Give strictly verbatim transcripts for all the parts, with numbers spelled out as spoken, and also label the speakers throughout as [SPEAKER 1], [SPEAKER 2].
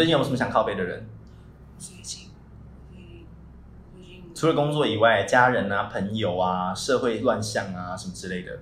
[SPEAKER 1] 最近有什么想靠背的人？
[SPEAKER 2] 最近，最近
[SPEAKER 1] 除了工作以外，家人啊、朋友啊、社会乱象啊什么之类的。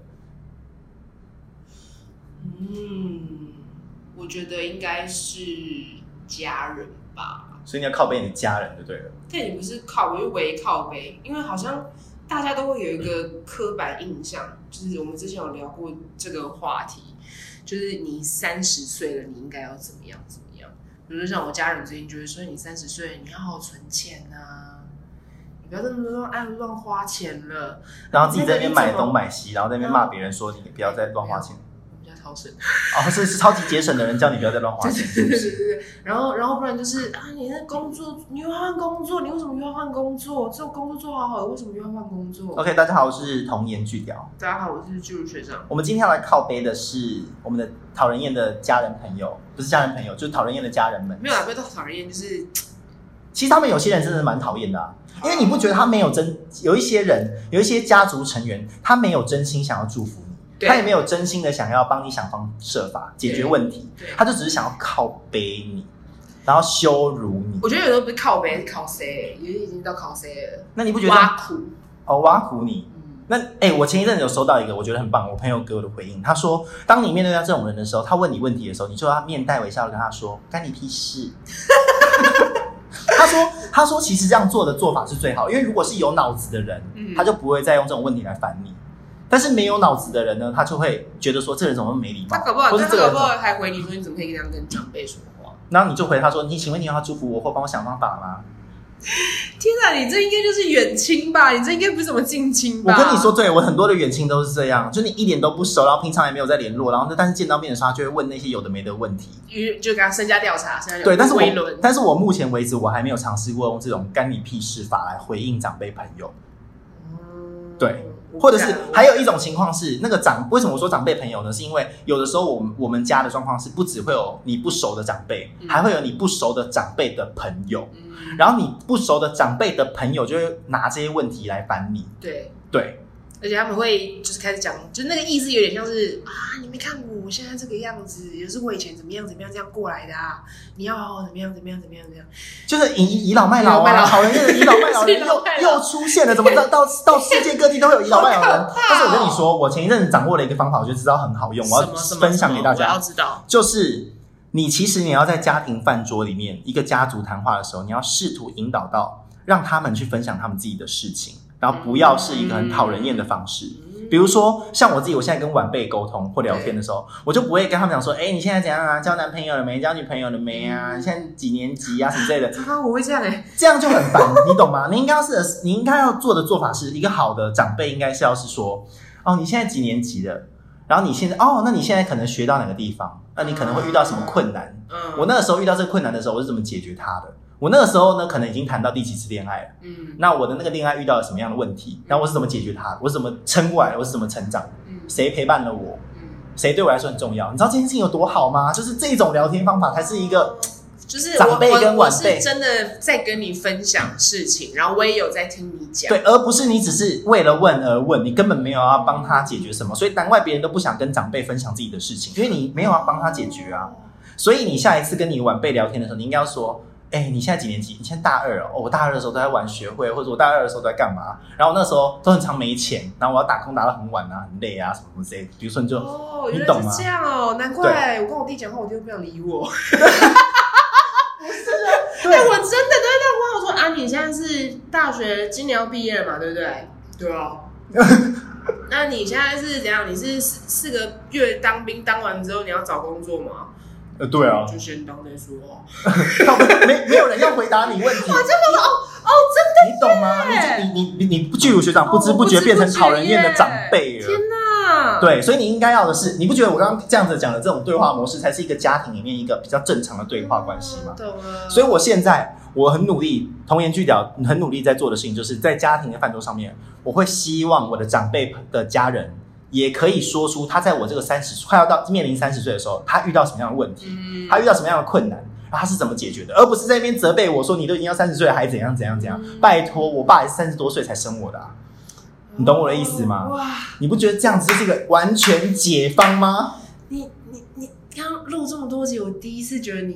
[SPEAKER 2] 嗯，我觉得应该是家人吧。
[SPEAKER 1] 所以你要靠背你的家人就对了。
[SPEAKER 2] 但也不是靠背，就唯靠背，因为好像大家都会有一个刻板印象，就是我们之前有聊过这个话题，就是你三十岁了，你应该要怎么样怎么样。比如说像我家人最近就会说，你三十岁你要好好存钱啊，你不要这么多爱乱花钱了，
[SPEAKER 1] 然后自己在那边买东买西，然后在那边骂别人说你不要再乱花钱。
[SPEAKER 2] 超省
[SPEAKER 1] 哦，是是超级节省的人叫你不要再乱花钱，
[SPEAKER 2] 对对对对对。然后然后不然就是啊，你那工作你又要换工作，你为什么又要换工作？这种工作做好好的，为什么又要换工作
[SPEAKER 1] ？OK， 大家好，我是童颜巨屌。
[SPEAKER 2] 大家好，我是巨乳学长。
[SPEAKER 1] 我们今天要来靠背的是我们的讨人厌的家人朋友，不是家人朋友，就是讨人厌的家人们。
[SPEAKER 2] 没有啦，不要到讨人厌，就是
[SPEAKER 1] 其实他们有些人真的蛮讨厌的啊，因为你不觉得他没有真有一些人有一些家族成员，他没有真心想要祝福你。他也没有真心的想要帮你想方设法解决问题，他就只是想要靠背你，然后羞辱你。
[SPEAKER 2] 我觉得有时候不是靠背，是靠谁，有些已经到靠谁了。
[SPEAKER 1] 那你不觉得
[SPEAKER 2] 挖苦？
[SPEAKER 1] 哦，挖苦你。
[SPEAKER 2] 嗯、
[SPEAKER 1] 那哎、欸，我前一阵子有收到一个我觉得很棒，我朋友给我的回应，他说，当你面对到这种人的时候，他问你问题的时候，你就要面带微笑的跟他说，干你屁事。他说：“他说，其实这样做的做法是最好，因为如果是有脑子的人，嗯、他就不会再用这种问题来烦你。但是没有脑子的人呢，他就会觉得说这人怎么没礼貌，
[SPEAKER 2] 他搞不好，
[SPEAKER 1] 或是这个人
[SPEAKER 2] 他搞不好还回你说你怎么可以这样跟长辈说话？
[SPEAKER 1] 然后你就回他说：你请问你要他祝福我或帮我想方法吗？
[SPEAKER 2] 天哪，你这应该就是远亲吧？你这应该不是什么近亲吧？
[SPEAKER 1] 我跟你说，对我很多的远亲都是这样，就你一点都不熟，然后平常也没有在联络，然后但是见到面的时候，他就会问那些有的没的问题，
[SPEAKER 2] 就给他身家调查，身家调查
[SPEAKER 1] 对，但是我但是我目前为止我还没有尝试过用这种干你屁事法来回应长辈朋友，嗯、对。”或者是还有一种情况是，那个长为什么我说长辈朋友呢？是因为有的时候我们我们家的状况是，不只会有你不熟的长辈，嗯、还会有你不熟的长辈的朋友，嗯、然后你不熟的长辈的朋友就会拿这些问题来烦你。
[SPEAKER 2] 对
[SPEAKER 1] 对，
[SPEAKER 2] 而且他们会就是开始讲，就是那个意思有点像是啊，你没看过我现在这个样子，也是我以前怎么样怎么样这样过来的啊，你要好好怎么样怎么样怎么样怎么样，
[SPEAKER 1] 就是倚倚老卖老啊，好人厌的倚老卖老人又又出现了，怎么到到到世界各地都有倚老卖老人？哦、但是我跟你说，我前一阵子掌握了一个方法，我就知道很好用，我要分享给大家。
[SPEAKER 2] 我要知道，
[SPEAKER 1] 就是你其实你要在家庭饭桌里面，一个家族谈话的时候，你要试图引导到让他们去分享他们自己的事情，然后不要是一个很讨人厌的方式。嗯比如说，像我自己，我现在跟晚辈沟通或聊天的时候，我就不会跟他们讲说，哎、欸，你现在怎样啊？交男朋友了没？交女朋友了没啊？你现在几年级啊？什么之类的。
[SPEAKER 2] 啊，我会这样哎、欸，
[SPEAKER 1] 这样就很烦，你懂吗？你应该要是，你应该要做的做法是一个好的长辈，应该是要是说，哦，你现在几年级了？然后你现在，哦，那你现在可能学到哪个地方？那你可能会遇到什么困难？嗯，我那个时候遇到这个困难的时候，我是怎么解决它的？我那个时候呢，可能已经谈到第几次恋爱了。嗯，那我的那个恋爱遇到了什么样的问题？然后我是怎么解决它的？我是怎么撑过来的？我是怎么成长的？嗯，谁陪伴了我？嗯，谁对我来说很重要？你知道这件事情有多好吗？就是这种聊天方法才是一个，
[SPEAKER 2] 就是
[SPEAKER 1] 长辈跟晚辈
[SPEAKER 2] 我是真的在跟你分享事情，然后我也有在听你讲，
[SPEAKER 1] 对，而不是你只是为了问而问，你根本没有要帮他解决什么，所以难怪别人都不想跟长辈分享自己的事情，因为你没有要帮他解决啊。所以你下一次跟你晚辈聊天的时候，你应该要说。哎、欸，你现在几年级？你现在大二哦。哦，我大二的时候都在玩学会，或者我大二的时候都在干嘛？然后那时候都很常没钱，然后我要打工打到很晚啊，很累啊，什么什么之类的。比如说你就，
[SPEAKER 2] 哦，
[SPEAKER 1] 你懂吗？
[SPEAKER 2] 原来是这样哦，难怪我跟我弟讲话，我弟都不想理我。不是啊，对、欸，我真的都会这样问我说啊，你现在是大学今年要毕业了嘛，对不对？对啊。那你现在是怎样？你是四四个月当兵，当完之后你要找工作吗？
[SPEAKER 1] 呃，对啊，
[SPEAKER 2] 就先当再说、啊。
[SPEAKER 1] 没没有人要回答你问题。
[SPEAKER 2] 哇，这么哦哦，真的，
[SPEAKER 1] 你懂吗？你你你你巨乳学长不知不觉变成讨人厌的长辈了。
[SPEAKER 2] 天哪！
[SPEAKER 1] 对，所以你应该要的是，你不觉得我刚刚这样子讲的这种对话模式，才是一个家庭里面一个比较正常的对话关系吗？
[SPEAKER 2] 懂了。
[SPEAKER 1] 所以我现在我很努力，童颜巨屌很努力在做的事情，就是在家庭的饭桌上面，我会希望我的长辈的家人。也可以说出他在我这个三十快要到面临三十岁的时候，他遇到什么样的问题，嗯、他遇到什么样的困难，然后他是怎么解决的，而不是在那边责备我说你都已经要三十岁了还怎样怎样怎样。嗯、拜托，我爸也是三十多岁才生我的啊，你懂我的意思吗？哇，你不觉得这样子就是一个完全解放吗？
[SPEAKER 2] 你你你刚刚录这么多集，我第一次觉得你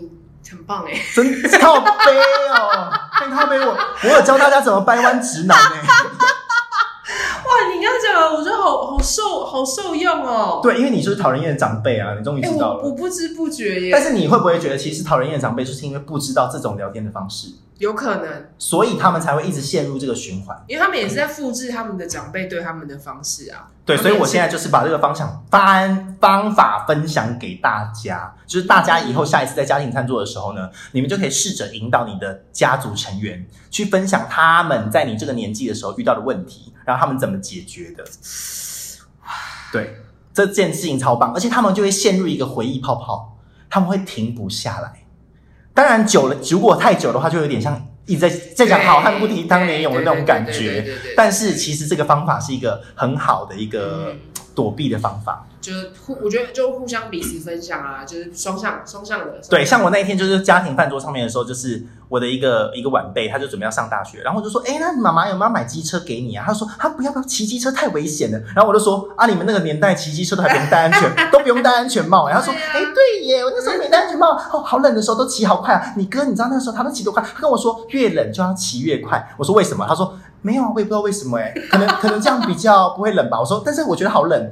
[SPEAKER 2] 很棒哎，
[SPEAKER 1] 真靠背哦，太靠背我，我有教大家怎么掰弯直男哎。
[SPEAKER 2] 哇，你刚刚讲的，我觉得好好受，好受用哦。
[SPEAKER 1] 对，因为你就是讨人厌的长辈啊，你终于知道了。
[SPEAKER 2] 欸、我, 我不知不觉耶。
[SPEAKER 1] 但是你会不会觉得，其实讨人厌的长辈就是因为不知道这种聊天的方式？
[SPEAKER 2] 有可能，
[SPEAKER 1] 所以他们才会一直陷入这个循环，
[SPEAKER 2] 因为他们也是在复制他们的长辈对他们的方式啊。
[SPEAKER 1] 对，所以我现在就是把这个方向方方法分享给大家，就是大家以后下一次在家庭餐桌的时候呢，你们就可以试着引导你的家族成员去分享他们在你这个年纪的时候遇到的问题，然后他们怎么解决的。对，这件事情超棒，而且他们就会陷入一个回忆泡泡，他们会停不下来。当然久了，如果太久的话，就有点像一直在在讲好汉不提当年勇的那种感觉。但是其实这个方法是一个很好的一个躲避的方法。
[SPEAKER 2] 就是互，我觉得就互相彼此分享啊，就是双向双向的。
[SPEAKER 1] 对，像我那一天就是家庭饭桌上面的时候，就是我的一个一个晚辈，他就准备要上大学，然后我就说，哎、欸，那妈妈有没有买机车给你啊？他说，他不要不要，骑机车太危险了。然后我就说，啊，你们那个年代骑机车都还不用戴安全，都不用戴安全帽。然后他说，哎、欸，对耶，我那时候没戴安全帽，哦，好冷的时候都骑好快啊。你哥，你知道那时候他都骑多快？他跟我说，越冷就要骑越快。我说为什么？他说没有啊，我也不知道为什么哎、欸，可能可能这样比较不会冷吧。我说，但是我觉得好冷。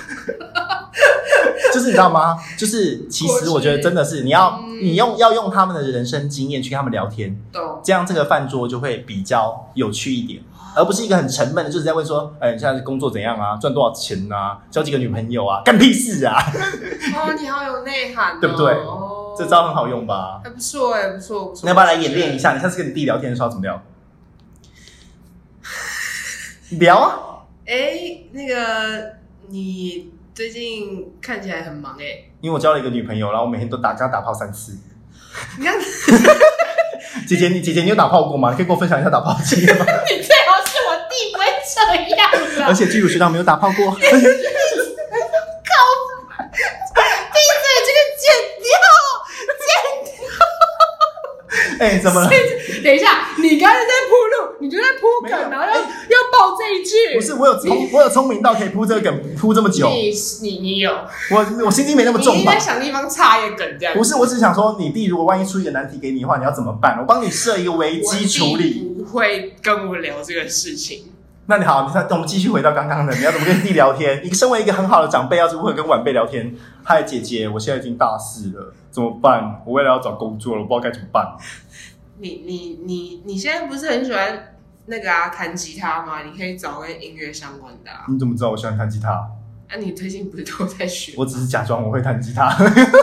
[SPEAKER 1] 就是你知道吗？就是其实我觉得真的是你要、嗯、你用要用他们的人生经验去跟他们聊天，这样这个饭桌就会比较有趣一点，而不是一个很沉闷的，就是在问说，哎、欸，你现在工作怎样啊？赚多少钱啊？交几个女朋友啊？干屁事啊！
[SPEAKER 2] 哦，你好有内涵、哦，
[SPEAKER 1] 对不对？这招很好用吧？
[SPEAKER 2] 还不错哎，不错不错。
[SPEAKER 1] 你要不要来演练一下？你下次跟你弟聊天的时候要怎么聊？聊啊！
[SPEAKER 2] 哎、欸，那个你。最近看起来很忙哎、欸，
[SPEAKER 1] 因为我交了一个女朋友，然后我每天都打跟她打炮三次。
[SPEAKER 2] 你看，
[SPEAKER 1] 姐姐你姐姐你有打炮过吗？你可以跟我分享一下打炮经验吗？
[SPEAKER 2] 你最好是我弟不会这样的。
[SPEAKER 1] 而且巨乳学长没有打炮过。靠！闭嘴，
[SPEAKER 2] 这个剪掉，剪
[SPEAKER 1] 掉。哎、欸，怎么了？
[SPEAKER 2] 等一下，你刚才在铺路，你就在铺梗，然后要要爆这一句。
[SPEAKER 1] 不是，我有聪，我有聪明到可以铺这个梗铺这么久。
[SPEAKER 2] 你你你有？
[SPEAKER 1] 我我心机没那么重吧？
[SPEAKER 2] 你应该想地方插一个梗这样。
[SPEAKER 1] 不是，我只是想说，你弟如果万一出一个难题给你的话，你要怎么办？我帮你设一个危机处理。
[SPEAKER 2] 我弟不会跟我聊这个事情。
[SPEAKER 1] 那你好，我们继续回到刚刚的，你要怎么跟弟聊天？你身为一个很好的长辈，要如何跟晚辈聊天？嗨，姐姐，我现在已经大四了，怎么办？我未来要找工作了，我不知道该怎么办。
[SPEAKER 2] 你你你你现在不是很喜欢那个啊弹吉他吗？你可以找跟音乐相关的啊。
[SPEAKER 1] 你怎么知道我喜欢弹吉他？
[SPEAKER 2] 啊，你最近不是都在学？
[SPEAKER 1] 我只是假装我会弹吉他。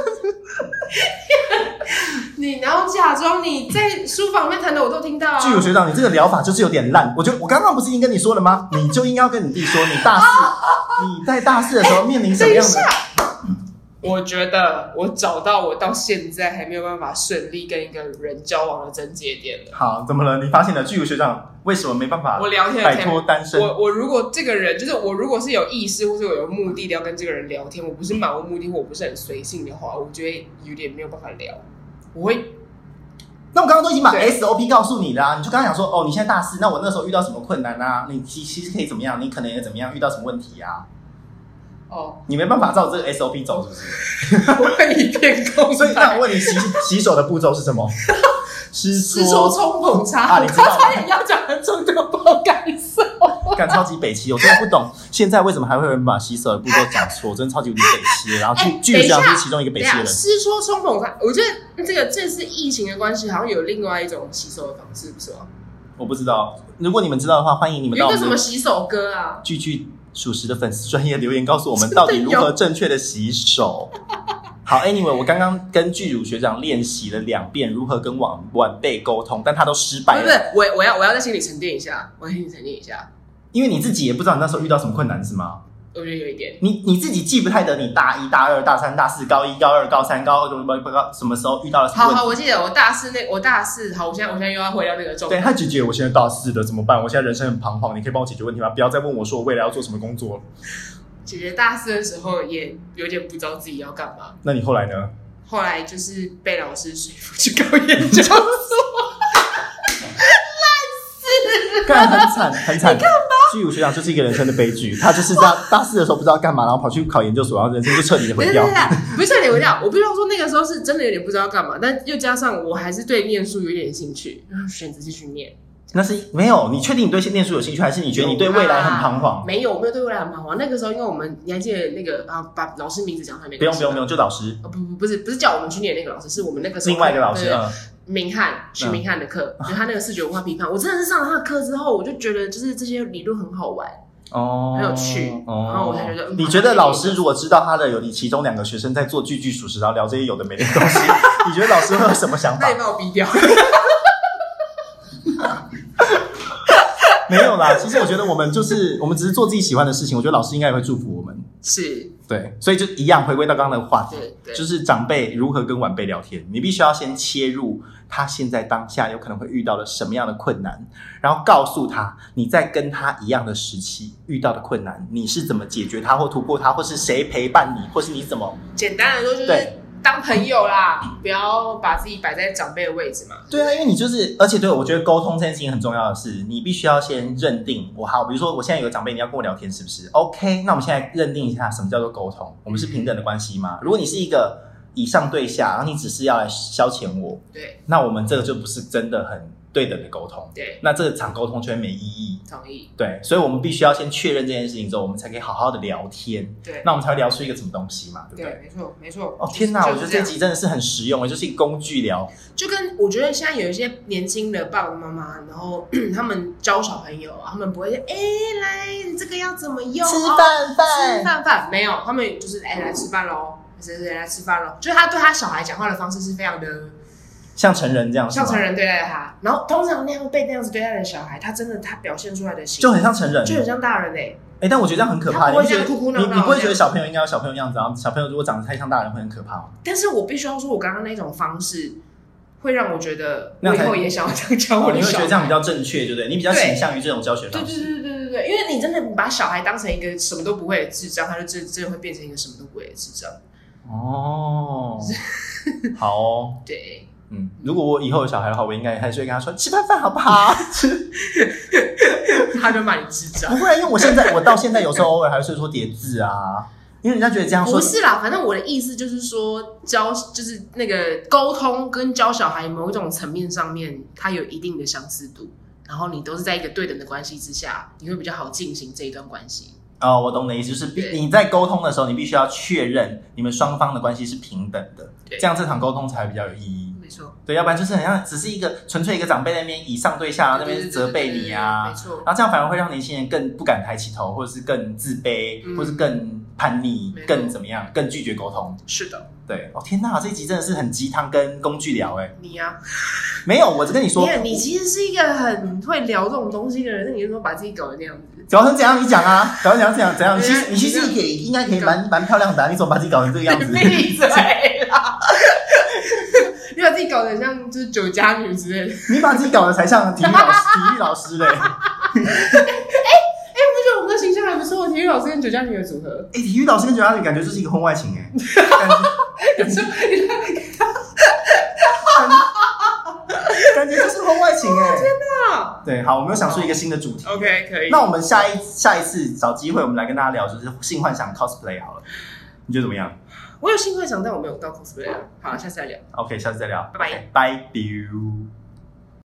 [SPEAKER 2] 你然后假装你在书房里面弹的我都听到啊。
[SPEAKER 1] 巨乳学长，你这个疗法就是有点烂。我觉得我刚刚不是已经跟你说了吗？你就应该要跟你弟说，你大四，你在大四的时候面临什么样的？
[SPEAKER 2] 我觉得我找到我到现在还没有办法顺利跟一个人交往的症结点了。
[SPEAKER 1] 好，怎么了？你发现了巨乳学长为什么没办法？
[SPEAKER 2] 我聊天
[SPEAKER 1] 摆脱单身。
[SPEAKER 2] 我我如果这个人就是我，如果是有意识或是我有目的的要跟这个人聊天，我不是漫无目的或我不是很随性的话，我觉得有点没有办法聊。我会。
[SPEAKER 1] 那我刚刚都已经把 S O P 告诉你了、啊，你就刚刚讲说，哦，你现在大四，那我那时候遇到什么困难啊？你其其实可以怎么样？你可能也怎么样？遇到什么问题啊？哦，你没办法照这个 S O P 走，是不是？
[SPEAKER 2] 我会一片空白。
[SPEAKER 1] 所以那我问你洗，洗洗手的步骤是什么？湿
[SPEAKER 2] 搓、冲捧擦。
[SPEAKER 1] 啊，你知道吗？
[SPEAKER 2] 差点要讲的重点，不知道该说。
[SPEAKER 1] 干超级北七，我真的不懂，现在为什么还会有人把洗手的步骤讲错？真的超级无敌北七。然后巨巨学长是其中一个北七的人。
[SPEAKER 2] 湿搓、冲捧擦，我觉得这个这是疫情的关系，好像有另外一种洗手的方式，不是吗？
[SPEAKER 1] 我不知道，如果你们知道的话，欢迎你们到我们
[SPEAKER 2] 有一个什么洗手歌啊？
[SPEAKER 1] 巨巨属实的粉丝专业留言告诉我们，到底如何正确的洗手。好 ，Anyway， 我刚刚跟巨乳学长练习了两遍如何跟晚晚辈沟通，但他都失败了。
[SPEAKER 2] 不是，我我要我要在心里沉淀一下，我要心里沉淀一下。
[SPEAKER 1] 因为你自己也不知道你那时候遇到什么困难，是吗？
[SPEAKER 2] 我觉得有一点，
[SPEAKER 1] 你你自己记不太得你大一、大二、大三、大四、高一、高二、高三、高二、高什么时候遇到了什么问题？
[SPEAKER 2] 好好，我记得我大四那我大四，好，我现在我现在又要回到那个重点。
[SPEAKER 1] 对，他姐姐，我现在大四了，怎么办？我现在人生很彷徨，你可以帮我解决问题吗？不要再问我说我未来要做什么工作。
[SPEAKER 2] 姐姐大四的时候也有点不知道自己要干嘛。
[SPEAKER 1] 那你后来呢？后
[SPEAKER 2] 来就是被老师说服去搞研究所。烂死了，
[SPEAKER 1] 干很惨很惨。
[SPEAKER 2] 你干嘛？
[SPEAKER 1] 巨乳学长就是一个人生的悲剧，他就是在大四的时候不知道干嘛，然后跑去考研究所，然后人生就彻底的毁掉。
[SPEAKER 2] 不是彻底毁掉，我必须要说那个时候是真的有点不知道干嘛，但又加上我还是对念书有点兴趣，然后选择继续念。
[SPEAKER 1] 那是没有，你确定你对念书有兴趣，还是你觉得你对未来很彷徨？
[SPEAKER 2] 没有，我没有对未来很彷徨。那个时候，因为我们你还记得那个啊，把老师名字讲出来没关系？
[SPEAKER 1] 不用不用不用，就老师。
[SPEAKER 2] 哦不不不是不是叫我们去念那个老师，是我们那个时候
[SPEAKER 1] 另外一个老师。嗯
[SPEAKER 2] 明翰徐明翰的课，嗯、就他那个视觉文化批判，我真的是上了他的课之后，我就觉得就是这些理论很好玩。哦，很有趣，哦、然后我才觉得。
[SPEAKER 1] 你觉得老师如果知道他的有你其中两个学生在做句句属实，然后聊这些有的没的东西，你觉得老师会有什么想法？
[SPEAKER 2] 那你把我逼掉。
[SPEAKER 1] 没有啦，其实我觉得我们就是我们只是做自己喜欢的事情，我觉得老师应该也会祝福我们。
[SPEAKER 2] 是，
[SPEAKER 1] 对，所以就一样回归到刚刚的话题，
[SPEAKER 2] 对对，
[SPEAKER 1] 就是长辈如何跟晚辈聊天，你必须要先切入他现在当下有可能会遇到的什么样的困难，然后告诉他你在跟他一样的时期遇到的困难，你是怎么解决它或突破它，或是谁陪伴你，或是你怎么
[SPEAKER 2] 简单的说就是当朋友啦，不要把自己摆在长辈的位置嘛。
[SPEAKER 1] 对啊，因为你就是，而且对我觉得沟通这件事情很重要的是，你必须要先认定我好，比如说我现在有个长辈，你要跟我聊天，是不是 ？OK， 那我们现在认定一下什么叫做沟通，我们是平等的关系吗？如果你是一个以上对下，然后你只是要来消遣我，
[SPEAKER 2] 对，
[SPEAKER 1] 那我们这个就不是真的很对等的沟通，
[SPEAKER 2] 对，
[SPEAKER 1] 那这个场沟通就会没意义。
[SPEAKER 2] 同意。
[SPEAKER 1] 对，所以我们必须要先确认这件事情之后，我们才可以好好的聊天。
[SPEAKER 2] 对，
[SPEAKER 1] 那我们才会聊出一个什么东西嘛，对不对？
[SPEAKER 2] 对，没错，没错。
[SPEAKER 1] 哦天哪，
[SPEAKER 2] 就是、
[SPEAKER 1] 我觉得这集真的是很实用，就是一个工具聊。
[SPEAKER 2] 就跟我觉得现在有一些年轻的爸爸妈妈，然后他们教小朋友，他们不会说，哎，来，你这个要怎么用？
[SPEAKER 1] 吃饭饭，
[SPEAKER 2] 吃饭饭，没有，他们就是哎，来吃饭喽，谁谁来吃饭喽。就是他对他小孩讲话的方式是非常的。
[SPEAKER 1] 像成人这样，
[SPEAKER 2] 像成人对待他，然后通常那样被那样子对待的小孩，他真的他表现出来的形
[SPEAKER 1] 就很像成人，
[SPEAKER 2] 就很像大人哎、欸。
[SPEAKER 1] 哎、欸，但我觉得这样很可怕。
[SPEAKER 2] 他不会这样哭哭闹闹，
[SPEAKER 1] 你你不会觉得小朋友应该有小朋友样子，然后小朋友如果长得太像大人会很可怕吗？
[SPEAKER 2] 但是我必须要说，我刚刚那种方式会让我觉得，我以后也想要这样教我的小孩。
[SPEAKER 1] 哦、你会觉得这样比较正确，对不对？你比较倾向于这种教学方式。
[SPEAKER 2] 对对对对对对，因为你真的把小孩当成一个什么都不会的智障，他就真真的会变成一个什么都不会的智障。
[SPEAKER 1] 哦，好哦，
[SPEAKER 2] 对。
[SPEAKER 1] 嗯，如果我以后有小孩的话，我应该还是会跟他说吃饭饭好不好？
[SPEAKER 2] 他就骂你智障。
[SPEAKER 1] 不会，因为我现在我到现在有时候偶尔还是会说叠字啊，因为人家觉得这样说
[SPEAKER 2] 不是啦。反正我的意思就是说，教就是那个沟通跟教小孩某一种层面上面，它有一定的相似度，然后你都是在一个对等的关系之下，你会比较好进行这一段关系。
[SPEAKER 1] 哦，我懂你的意思，就是你在沟通的时候，你必须要确认你们双方的关系是平等的，这样这场沟通才比较有意义。
[SPEAKER 2] 没错，
[SPEAKER 1] 对，要不然就是很像只是一个纯粹一个长辈在那边以上对下，然后那边责备你啊，
[SPEAKER 2] 没错，
[SPEAKER 1] 然后这样反而会让年轻人更不敢抬起头，或者是更自卑，嗯、或是更叛逆，更怎么样，更拒绝沟通。
[SPEAKER 2] 是的，
[SPEAKER 1] 对，哦天哪，这一集真的是很鸡汤跟工具聊哎。
[SPEAKER 2] 你呀、啊，
[SPEAKER 1] 没有，我只跟你说，
[SPEAKER 2] 你, 你其实是一个很会聊这种东西的人，那你就说把自己搞成那样子。
[SPEAKER 1] 搞成怎样？你讲啊，搞成怎样？怎样？怎样？你其实你其实也可以，应该可以蛮蛮漂亮的、啊。你怎么把自己搞成这个样子？
[SPEAKER 2] 闭嘴啦！你把自己搞得像就是酒家女之类的。
[SPEAKER 1] 你把自己搞得才像体育老师，体育老师嘞。哎
[SPEAKER 2] 哎、欸，不觉得我们的形象还不错？体育老师跟酒家女的组合。
[SPEAKER 1] 哎、欸，体育老师跟酒家女感觉就是一个婚外情哎、欸。感觉感觉就是婚外情哎、欸！
[SPEAKER 2] 天哪！
[SPEAKER 1] 对，好，我们又想出一个新的主题。
[SPEAKER 2] OK， 可以。
[SPEAKER 1] 那我们下一下一次找机会，我们来跟大家聊，就是性幻想 cosplay 好了，你觉得怎么样？
[SPEAKER 2] 我有性幻想，但我没有到 cosplay 啊。好，下次再聊。
[SPEAKER 1] OK， 下次再聊。
[SPEAKER 2] 拜拜，
[SPEAKER 1] 拜拜。